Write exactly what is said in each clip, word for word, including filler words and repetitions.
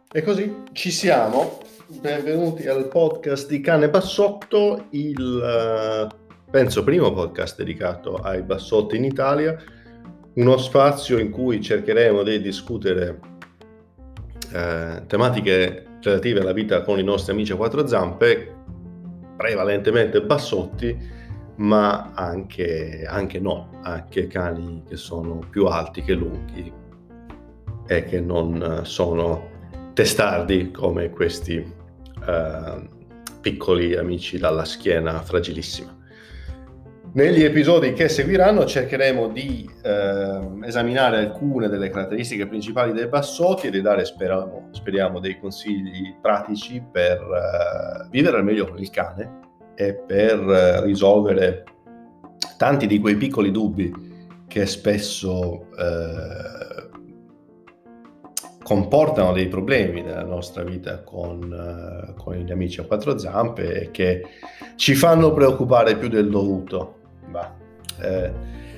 E così ci siamo, benvenuti al podcast di Cane Bassotto, il eh, penso primo podcast dedicato ai bassotti in Italia, uno spazio in cui cercheremo di discutere eh, tematiche relative alla vita con i nostri amici a quattro zampe, prevalentemente bassotti, ma anche, anche no, anche cani che sono più alti che lunghi e che non sono testardi come questi uh, piccoli amici dalla schiena fragilissima. Negli episodi che seguiranno cercheremo di uh, esaminare alcune delle caratteristiche principali dei bassotti e di dare, speriamo, speriamo dei consigli pratici per uh, vivere al meglio con il cane e per uh, risolvere tanti di quei piccoli dubbi che spesso uh, comportano dei problemi nella nostra vita con, uh, con gli amici a quattro zampe e che ci fanno preoccupare più del dovuto. Bah, eh,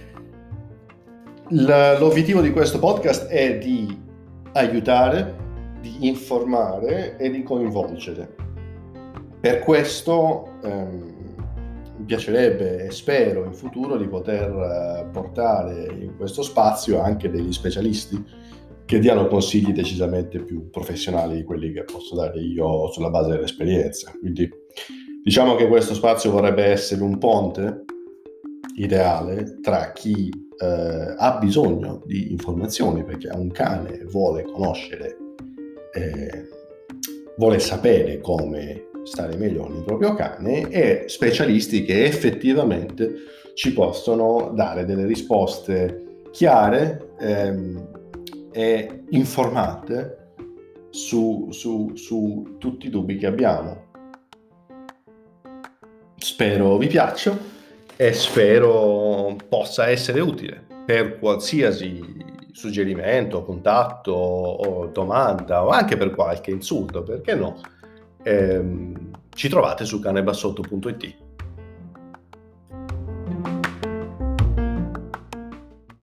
l'obiettivo di questo podcast è di aiutare, di informare e di coinvolgere. Per questo ehm, mi piacerebbe e spero in futuro di poter uh, portare in questo spazio anche degli specialisti che diano consigli decisamente più professionali di quelli che posso dare io sulla base dell'esperienza. Quindi diciamo che questo spazio vorrebbe essere un ponte ideale tra chi eh, ha bisogno di informazioni perché ha un cane, vuole conoscere, eh, vuole sapere come stare meglio con il proprio cane, e specialisti che effettivamente ci possono dare delle risposte chiare ehm, e informate su, su, su tutti i dubbi che abbiamo. Spero vi piaccia e spero possa essere utile per qualsiasi suggerimento, contatto o domanda, o anche per qualche insulto, perché no. Ehm, ci trovate su canebassotto punto it.